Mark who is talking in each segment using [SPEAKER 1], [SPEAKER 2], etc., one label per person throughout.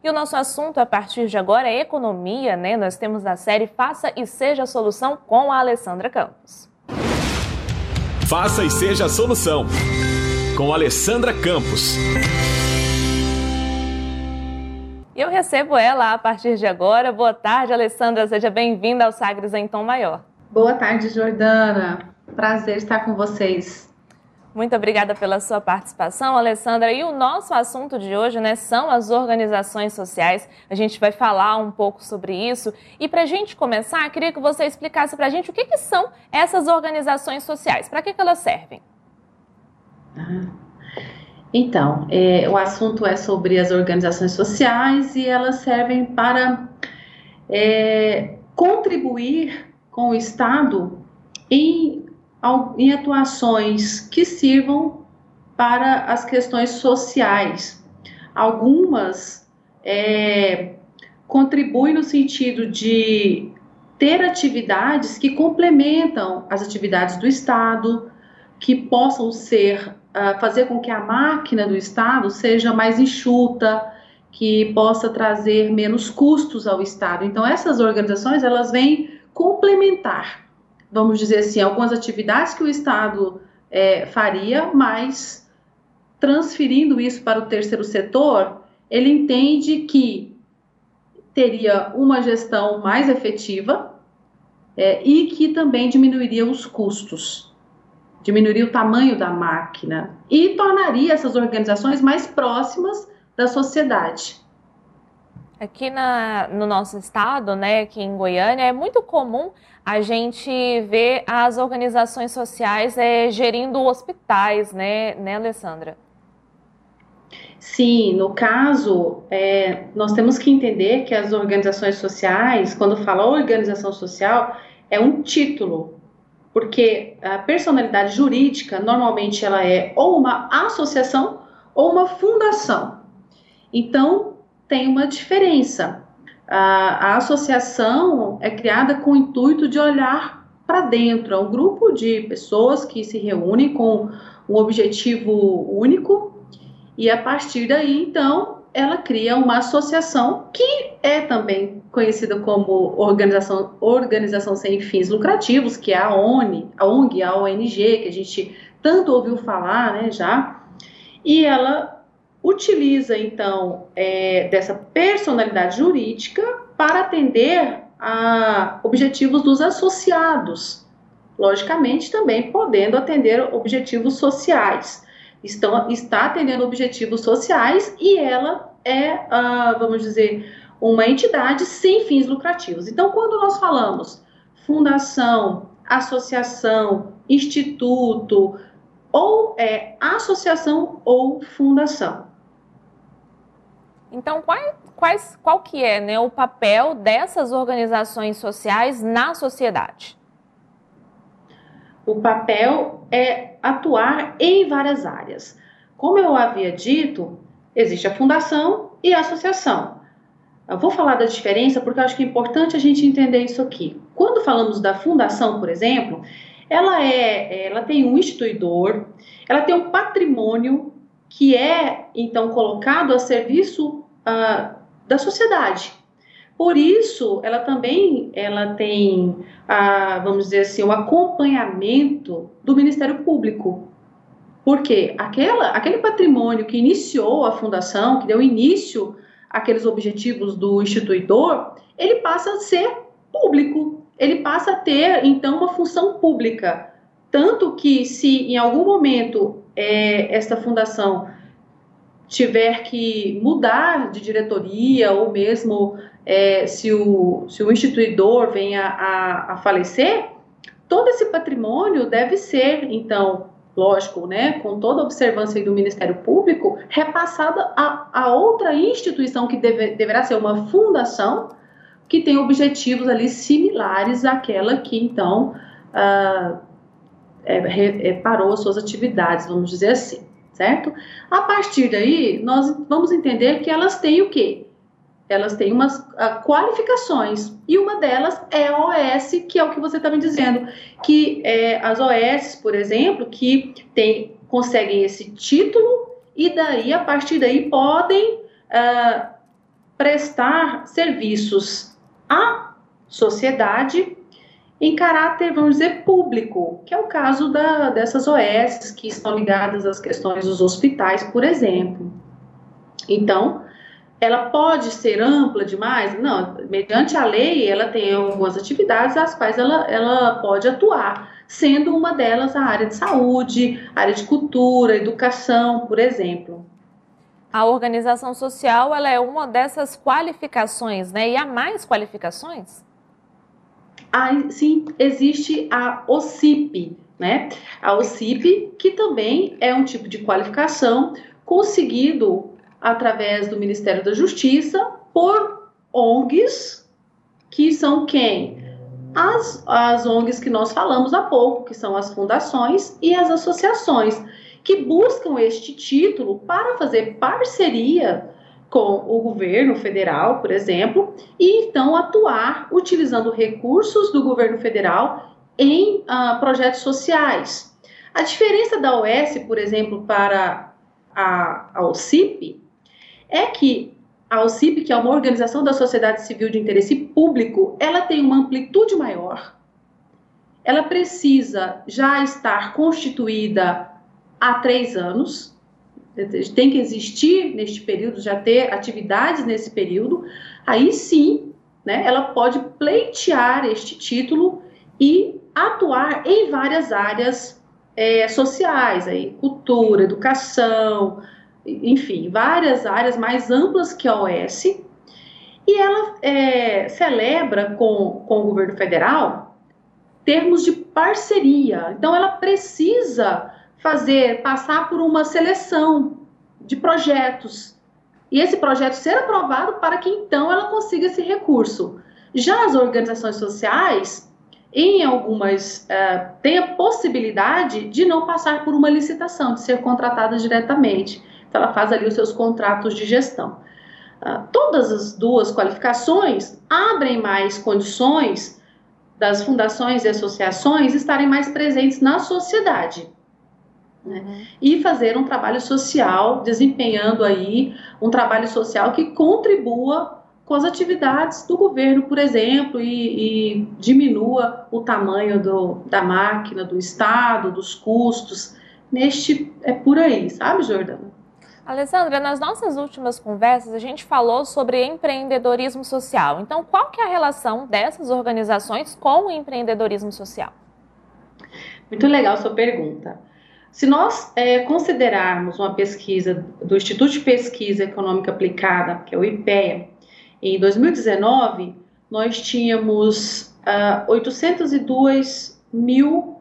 [SPEAKER 1] E o nosso assunto a partir de agora é economia, né? Nós temos a série Faça e Seja a Solução com a Alessandra Campos.
[SPEAKER 2] Faça e Seja a Solução com a Alessandra Campos.
[SPEAKER 1] Eu recebo ela a partir de agora. Boa tarde, Alessandra. Seja bem-vinda ao Sagres em Tom Maior.
[SPEAKER 3] Boa tarde, Jordana. Prazer estar com vocês.
[SPEAKER 1] Muito obrigada pela sua participação, Alessandra. E o nosso assunto de hoje, né, são as organizações sociais. A gente vai falar um pouco sobre isso. E para a gente começar, queria que você explicasse para a gente o que são essas organizações sociais, para que elas servem?
[SPEAKER 3] Então, o assunto é sobre as organizações sociais e elas servem para contribuir com o Estado em atuações que sirvam para as questões sociais. Algumas contribuem no sentido de ter atividades que complementam as atividades do Estado, que possam fazer com que a máquina do Estado seja mais enxuta, que possa trazer menos custos ao Estado. Então, essas organizações, elas vêm complementar, vamos dizer assim, algumas atividades que o Estado faria, mas transferindo isso para o terceiro setor, ele entende que teria uma gestão mais efetiva e que também diminuiria os custos, diminuiria o tamanho da máquina e tornaria essas organizações mais próximas da sociedade.
[SPEAKER 1] Aqui no nosso estado, né, aqui em Goiânia, é muito comum a gente ver as organizações sociais gerindo hospitais, né, Alessandra?
[SPEAKER 3] Sim, no caso, nós temos que entender que as organizações sociais, quando fala organização social, é um título, porque a personalidade jurídica, normalmente, ela é ou uma associação ou uma fundação. Então, tem uma diferença. A associação é criada com o intuito de olhar para dentro. É um grupo de pessoas que se reúnem com um objetivo único e, a partir daí, então, ela cria uma associação que é também conhecida como organização sem fins lucrativos, que é a ONG, a ONG, que a gente tanto ouviu falar, né, já, e ela utiliza, então, dessa personalidade jurídica para atender a objetivos dos associados, logicamente também podendo atender objetivos sociais. Está atendendo objetivos sociais e ela vamos dizer, uma entidade sem fins lucrativos. Então, quando nós falamos fundação, associação, instituto, ou associação ou fundação.
[SPEAKER 1] Então, qual que é, né, o papel dessas organizações sociais na sociedade?
[SPEAKER 3] O papel é atuar em várias áreas. Como eu havia dito, existe a fundação e a associação. Eu vou falar da diferença porque eu acho que é importante a gente entender isso aqui. Quando falamos da fundação, por exemplo, ela tem um instituidor, ela tem um patrimônio que é, então, colocado a serviço da sociedade. Por isso, ela tem, vamos dizer assim, o acompanhamento do Ministério Público. Porque aquele patrimônio que iniciou a fundação, que deu início àqueles objetivos do instituidor, ele passa a ser público, ele passa a ter, então, uma função pública. Tanto que, se em algum momento esta fundação tiver que mudar de diretoria, ou mesmo se o instituidor venha a falecer, todo esse patrimônio deve ser, então, lógico, né, com toda a observância do Ministério Público, repassada a outra instituição que deverá ser uma fundação, que tem objetivos ali similares àquela que, então, parou suas atividades, vamos dizer assim, certo? A partir daí, nós vamos entender que elas têm o quê? Elas têm umas qualificações, e uma delas é a OS, que é o que você está me dizendo, que as OS, por exemplo, que conseguem esse título, e daí, a partir daí, podem prestar serviços à sociedade em caráter, vamos dizer, público, que é o caso dessas OS que estão ligadas às questões dos hospitais, por exemplo. Então, ela pode ser ampla demais? Não, mediante a lei, ela tem algumas atividades às quais ela pode atuar, sendo uma delas a área de saúde, área de cultura, educação, por exemplo.
[SPEAKER 1] A organização social, ela é uma dessas qualificações, né? E há mais qualificações?
[SPEAKER 3] Sim, existe a OCIP, né? A OCIP, que também é um tipo de qualificação conseguido através do Ministério da Justiça por ONGs, que são quem? As ONGs que nós falamos há pouco, que são as fundações e as associações, que buscam este título para fazer parceria com o governo federal, por exemplo, e então atuar utilizando recursos do governo federal em projetos sociais. A diferença da OS, por exemplo, para a OCIP, é que a OCIP, que é uma organização da sociedade civil de interesse público, ela tem uma amplitude maior, ela precisa já estar constituída há 3 anos, tem que existir neste período, já ter atividades nesse período, aí sim, né, ela pode pleitear este título e atuar em várias áreas sociais, aí, cultura, educação, enfim, várias áreas mais amplas que a OS, e ela celebra com o governo federal termos de parceria, então ela precisa passar por uma seleção de projetos, e esse projeto ser aprovado para que então ela consiga esse recurso. Já as organizações sociais, em algumas, têm a possibilidade de não passar por uma licitação, de ser contratada diretamente. Então ela faz ali os seus contratos de gestão. Todas as duas qualificações abrem mais condições das fundações e associações estarem mais presentes na sociedade. Né? E fazer um trabalho social, desempenhando aí um trabalho social que contribua com as atividades do governo, por exemplo, e diminua o tamanho da máquina, do Estado, dos custos. É por aí, sabe, Jordana?
[SPEAKER 1] Alessandra, nas nossas últimas conversas a gente falou sobre empreendedorismo social. Então, qual que é a relação dessas organizações com o empreendedorismo social?
[SPEAKER 3] Muito legal sua pergunta. Se nós considerarmos uma pesquisa do Instituto de Pesquisa Econômica Aplicada, que é o IPEA, em 2019, nós tínhamos 802 mil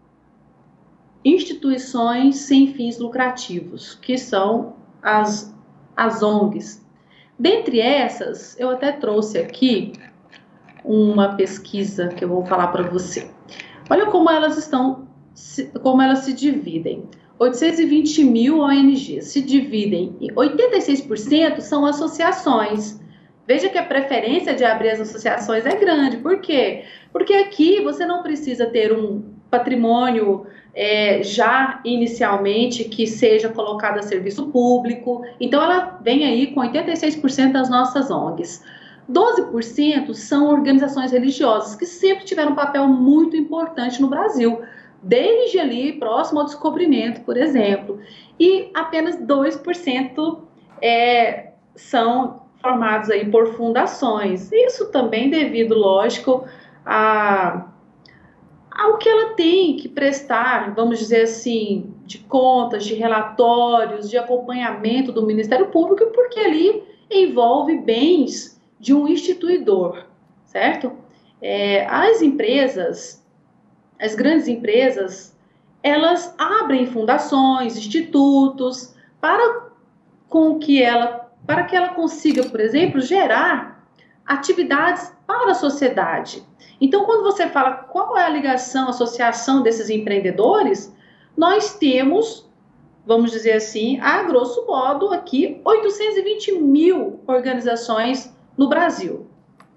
[SPEAKER 3] instituições sem fins lucrativos, que são as ONGs. Dentre essas, eu até trouxe aqui uma pesquisa que eu vou falar para você. Olha como elas se dividem. 820 mil ONGs se dividem em 86% são associações. Veja que a preferência de abrir as associações é grande. Por quê? Porque aqui você não precisa ter um patrimônio já inicialmente que seja colocado a serviço público. Então ela vem aí com 86% das nossas ONGs. 12% são organizações religiosas que sempre tiveram um papel muito importante no Brasil, desde ali próximo ao descobrimento, por exemplo. E apenas 2% são formados aí por fundações. Isso também devido, lógico, ao que ela tem que prestar, vamos dizer assim, de contas, de relatórios, de acompanhamento do Ministério Público, porque ali envolve bens de um instituidor, certo? As empresas, as grandes empresas, elas abrem fundações, institutos, para que ela consiga, por exemplo, gerar atividades para a sociedade. Então, quando você fala qual é a ligação, a associação desses empreendedores, nós temos, vamos dizer assim, a grosso modo aqui, 820 mil organizações no Brasil.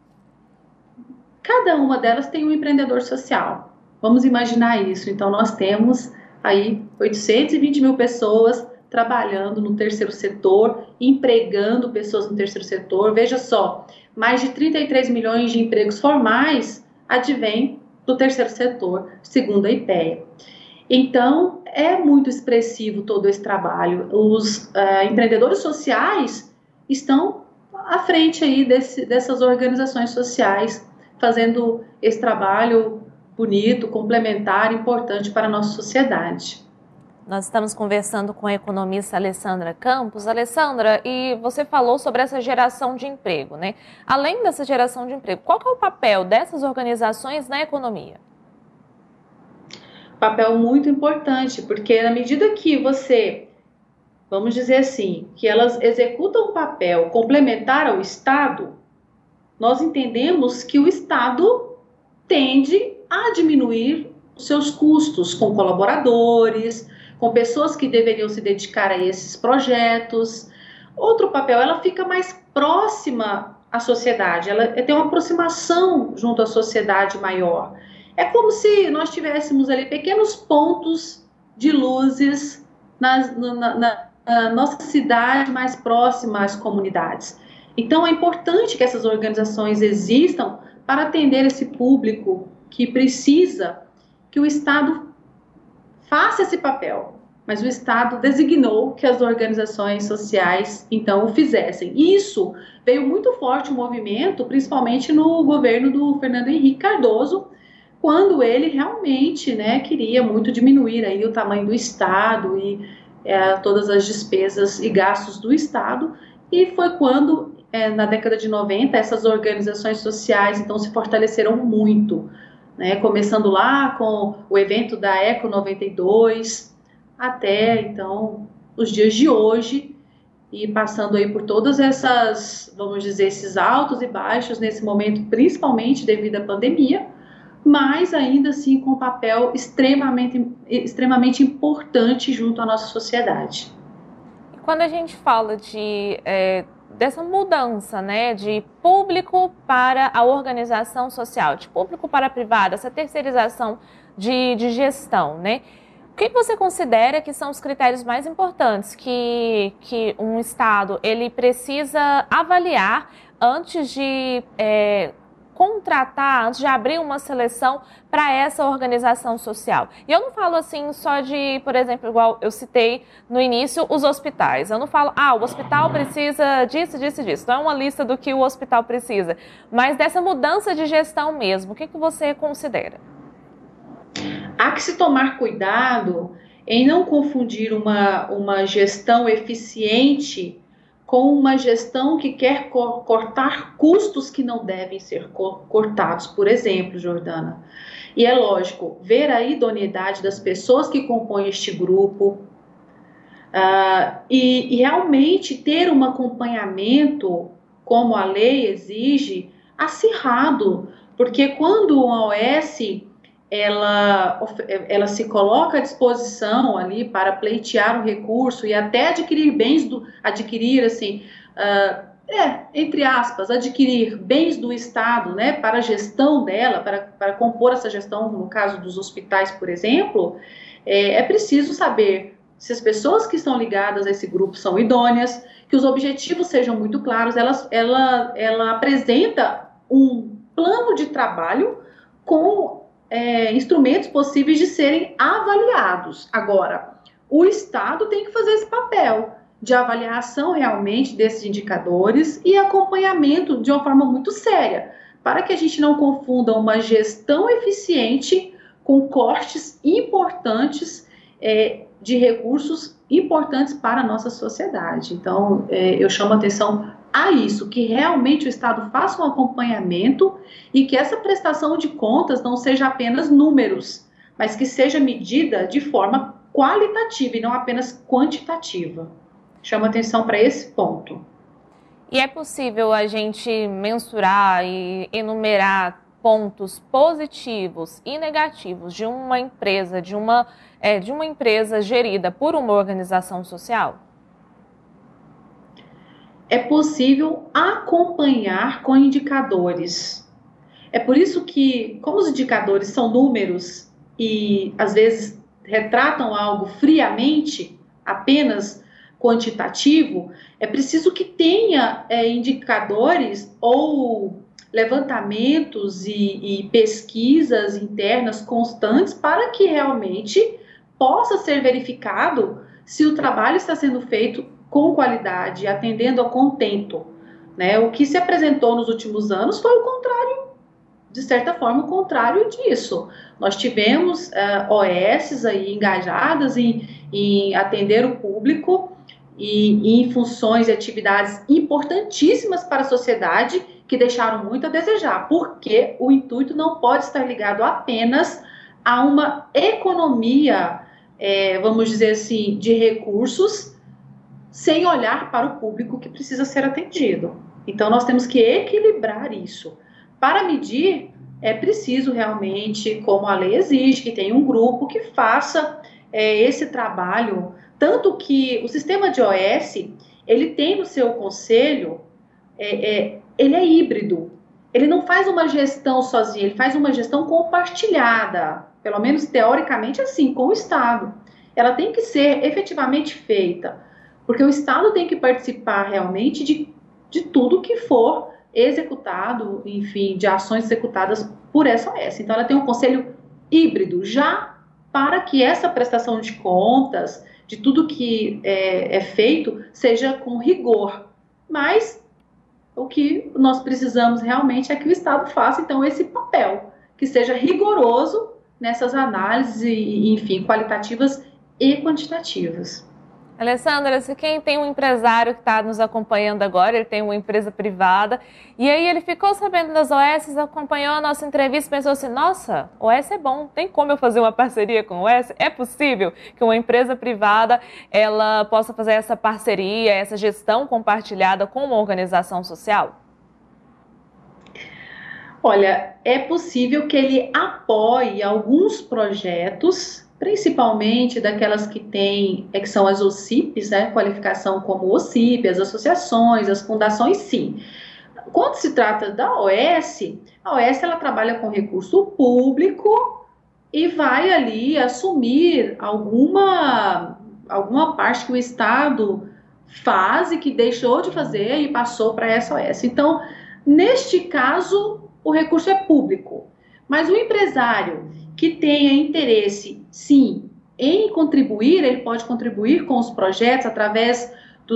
[SPEAKER 3] Cada uma delas tem um empreendedor social. Vamos imaginar isso. Então, nós temos aí 820 mil pessoas trabalhando no terceiro setor, empregando pessoas no terceiro setor. Veja só, mais de 33 milhões de empregos formais advêm do terceiro setor, segundo a IPEA. Então, é muito expressivo todo esse trabalho. Os empreendedores sociais estão à frente aí dessas organizações sociais, fazendo esse trabalho bonito, complementar, importante para a nossa sociedade.
[SPEAKER 1] Nós estamos conversando com a economista Alessandra Campos. Alessandra, e você falou sobre essa geração de emprego, né? Além dessa geração de emprego, qual que é o papel dessas organizações na economia?
[SPEAKER 3] Papel muito importante, porque na medida que você, vamos dizer assim, que elas executam um papel complementar ao Estado, nós entendemos que o Estado tende a diminuir os seus custos com colaboradores, com pessoas que deveriam se dedicar a esses projetos. Outro papel, ela fica mais próxima à sociedade, ela tem uma aproximação junto à sociedade maior. É como se nós tivéssemos ali pequenos pontos de luzes na nossa cidade mais próxima às comunidades. Então, é importante que essas organizações existam para atender esse público que precisa que o Estado faça esse papel. Mas o Estado designou que as organizações sociais, então, o fizessem. Isso veio muito forte o movimento, principalmente no governo do Fernando Henrique Cardoso, quando ele realmente, né, queria muito diminuir aí o tamanho do Estado e todas as despesas e gastos do Estado. E foi quando, na década de 90, essas organizações sociais, então, se fortaleceram muito, né, começando lá com o evento da Eco 92, até, então, os dias de hoje, e passando aí por todas essas, vamos dizer, esses altos e baixos nesse momento, principalmente devido à pandemia, mas ainda assim com um papel extremamente importante junto à nossa sociedade.
[SPEAKER 1] Quando a gente fala dessa mudança, né, de público para a organização social, de público para a privada, essa terceirização de gestão, né? O que você considera que são os critérios mais importantes que um Estado ele precisa avaliar antes de contratar, antes de abrir uma seleção para essa organização social? E eu não falo assim só de, por exemplo, igual eu citei no início, os hospitais. Eu não falo, o hospital precisa disso, disso, disso. Não é uma lista do que o hospital precisa, mas dessa mudança de gestão mesmo. O que você considera?
[SPEAKER 3] Há que se tomar cuidado em não confundir uma gestão eficiente com uma gestão que quer cortar custos que não devem ser cortados, por exemplo, Jordana. E é lógico, ver a idoneidade das pessoas que compõem este grupo e realmente ter um acompanhamento, como a lei exige, acirrado, porque quando uma OS ela se coloca à disposição ali para pleitear um recurso e até adquirir entre aspas, adquirir bens do Estado, né, para a gestão dela, para compor essa gestão, no caso dos hospitais, por exemplo, é preciso saber se as pessoas que estão ligadas a esse grupo são idôneas, que os objetivos sejam muito claros. Ela apresenta um plano de trabalho com instrumentos possíveis de serem avaliados. Agora, o Estado tem que fazer esse papel de avaliação realmente desses indicadores e acompanhamento de uma forma muito séria, para que a gente não confunda uma gestão eficiente com cortes importantes de recursos importantes para a nossa sociedade. Então, eu chamo a atenção a isso, que realmente o Estado faça um acompanhamento e que essa prestação de contas não seja apenas números, mas que seja medida de forma qualitativa e não apenas quantitativa. Chamo atenção para esse ponto.
[SPEAKER 1] E é possível a gente mensurar e enumerar pontos positivos e negativos de uma empresa, de uma empresa gerida por uma organização social?
[SPEAKER 3] É possível acompanhar com indicadores. É por isso que, como os indicadores são números e às vezes retratam algo friamente, apenas quantitativo, é preciso que tenha indicadores ou levantamentos e pesquisas internas constantes para que realmente possa ser verificado se o trabalho está sendo feito com qualidade, atendendo a contento, né? O que se apresentou nos últimos anos foi o contrário, de certa forma, o contrário disso. Nós tivemos OS aí engajadas em atender o público e em funções e atividades importantíssimas para a sociedade que deixaram muito a desejar, porque o intuito não pode estar ligado apenas a uma economia, vamos dizer assim, de recursos, sem olhar para o público que precisa ser atendido. Então, nós temos que equilibrar isso. Para medir, é preciso realmente, como a lei exige, que tenha um grupo que faça esse trabalho, tanto que o sistema de OS, ele tem no seu conselho, ele é híbrido, ele não faz uma gestão sozinho, ele faz uma gestão compartilhada, pelo menos teoricamente assim, com o Estado. Ela tem que ser efetivamente feita, porque o Estado tem que participar realmente de tudo que for executado, enfim, de ações executadas por SOS. Então, ela tem um conselho híbrido, já para que essa prestação de contas, de tudo que é feito, seja com rigor. Mas o que nós precisamos realmente é que o Estado faça, então, esse papel, que seja rigoroso nessas análises, enfim, qualitativas e quantitativas.
[SPEAKER 1] Alessandra, se quem tem um empresário que está nos acompanhando agora, ele tem uma empresa privada, e aí ele ficou sabendo das OS, acompanhou a nossa entrevista e pensou assim, nossa, OS é bom, tem como eu fazer uma parceria com o OS? É possível que uma empresa privada ela possa fazer essa parceria, essa gestão compartilhada com uma organização social?
[SPEAKER 3] Olha, é possível que ele apoie alguns projetos, principalmente daquelas que são as OCIPs, né, qualificação como OCIP, as associações, as fundações, sim. Quando se trata da OS, a OS ela trabalha com recurso público e vai ali assumir alguma parte que o Estado faz e que deixou de fazer e passou para a SOS. Então, neste caso, o recurso é público, mas o empresário que tenha interesse, sim, em contribuir, ele pode contribuir com os projetos através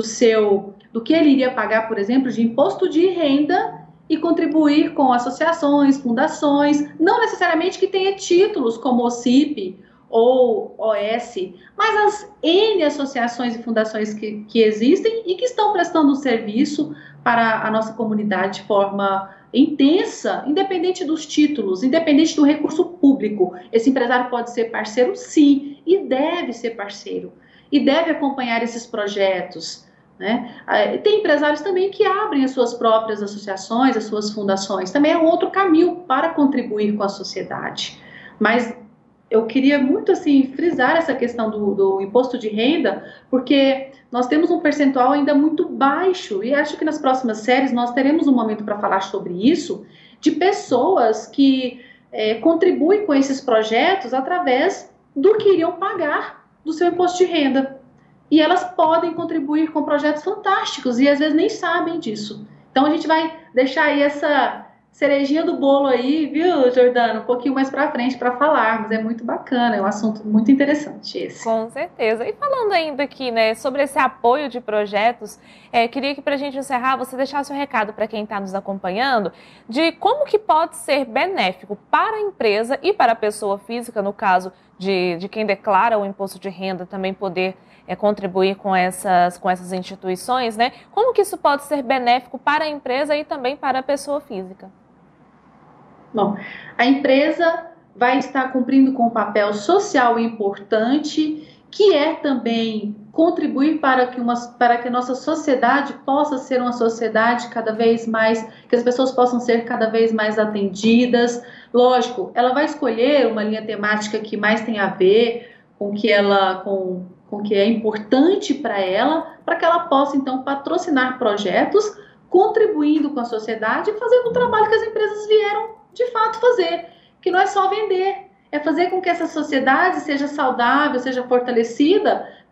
[SPEAKER 3] do que ele iria pagar, por exemplo, de imposto de renda e contribuir com associações, fundações, não necessariamente que tenha títulos como OCIP ou OS, mas as N associações e fundações que existem e que estão prestando um serviço para a nossa comunidade de forma intensa, independente dos títulos, independente do recurso público. Esse empresário pode ser parceiro, sim, e deve ser parceiro, e deve acompanhar esses projetos, né? Tem empresários também que abrem as suas próprias associações, as suas fundações, também é um outro caminho para contribuir com a sociedade. Mas eu queria muito, assim, frisar essa questão do imposto de renda, porque nós temos um percentual ainda muito baixo, e acho que nas próximas séries nós teremos um momento para falar sobre isso, de pessoas que contribuem com esses projetos através do que iriam pagar do seu imposto de renda. E elas podem contribuir com projetos fantásticos, e às vezes nem sabem disso. Então a gente vai deixar aí essa cerejinha do bolo aí, viu, Jordana? Um pouquinho mais para frente para falar, mas é muito bacana, é um assunto muito interessante esse.
[SPEAKER 1] Com certeza. E falando ainda aqui, né, sobre esse apoio de projetos, queria que para a gente encerrar, você deixasse um recado para quem está nos acompanhando, de como que pode ser benéfico para a empresa e para a pessoa física, no caso de quem declara o imposto de renda, também poder contribuir com essas instituições, né? Como que isso pode ser benéfico para a empresa e também para a pessoa física?
[SPEAKER 3] Bom, a empresa vai estar cumprindo com um papel social importante, que é também contribuir para que a nossa sociedade possa ser uma sociedade cada vez mais, que as pessoas possam ser cada vez mais atendidas. Lógico, ela vai escolher uma linha temática que mais tem a ver com o que é importante para ela, para que ela possa, então, patrocinar projetos, contribuindo com a sociedade e fazendo o trabalho que as empresas vieram de fato fazer, que não é só vender, é fazer com que essa sociedade seja saudável, seja fortalecida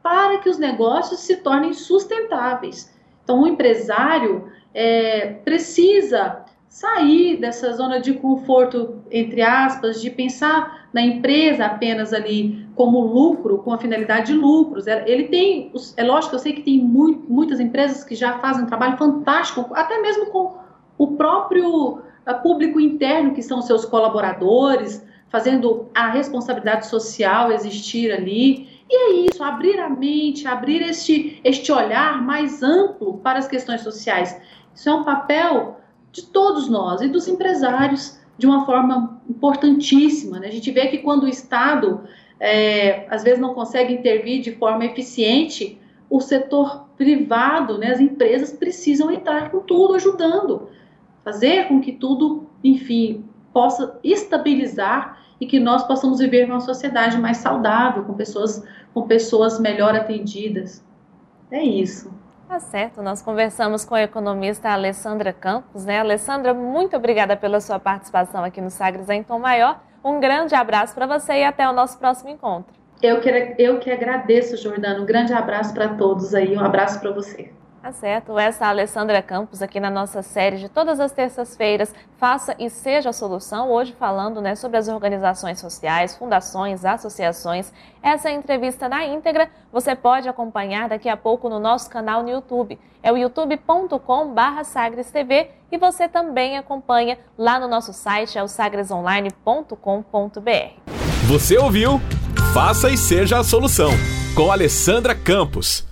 [SPEAKER 3] para que os negócios se tornem sustentáveis. Então, o empresário precisa sair dessa zona de conforto, entre aspas, de pensar na empresa apenas ali como lucro, com a finalidade de lucros. Ele tem, é lógico, eu sei que tem muitas empresas que já fazem um trabalho fantástico, até mesmo com o próprio público interno, que são seus colaboradores, fazendo a responsabilidade social existir ali. E é isso, abrir a mente, abrir este olhar mais amplo para as questões sociais. Isso é um papel de todos nós e dos empresários de uma forma importantíssima, né? A gente vê que quando o Estado, às vezes, não consegue intervir de forma eficiente, o setor privado, né, as empresas precisam entrar com tudo, ajudando, fazer com que tudo, enfim, possa estabilizar e que nós possamos viver numa sociedade mais saudável, com pessoas melhor atendidas. É isso.
[SPEAKER 1] Tá certo, nós conversamos com a economista Alessandra Campos, né? Alessandra, muito obrigada pela sua participação aqui no Sagres em Tom Maior. Um grande abraço para você e até o nosso próximo encontro.
[SPEAKER 3] Eu que agradeço, Jordana. Um grande abraço para todos aí, um abraço para você.
[SPEAKER 1] Tá certo, essa é a Alessandra Campos aqui na nossa série de todas as terças-feiras, Faça e Seja a Solução, hoje falando, né, sobre as organizações sociais, fundações, associações. Essa entrevista na íntegra você pode acompanhar daqui a pouco no nosso canal no YouTube. É o youtube.com/SagresTV e você também acompanha lá no nosso site, é o sagresonline.com.br.
[SPEAKER 2] Você ouviu Faça e Seja a Solução, com Alessandra Campos.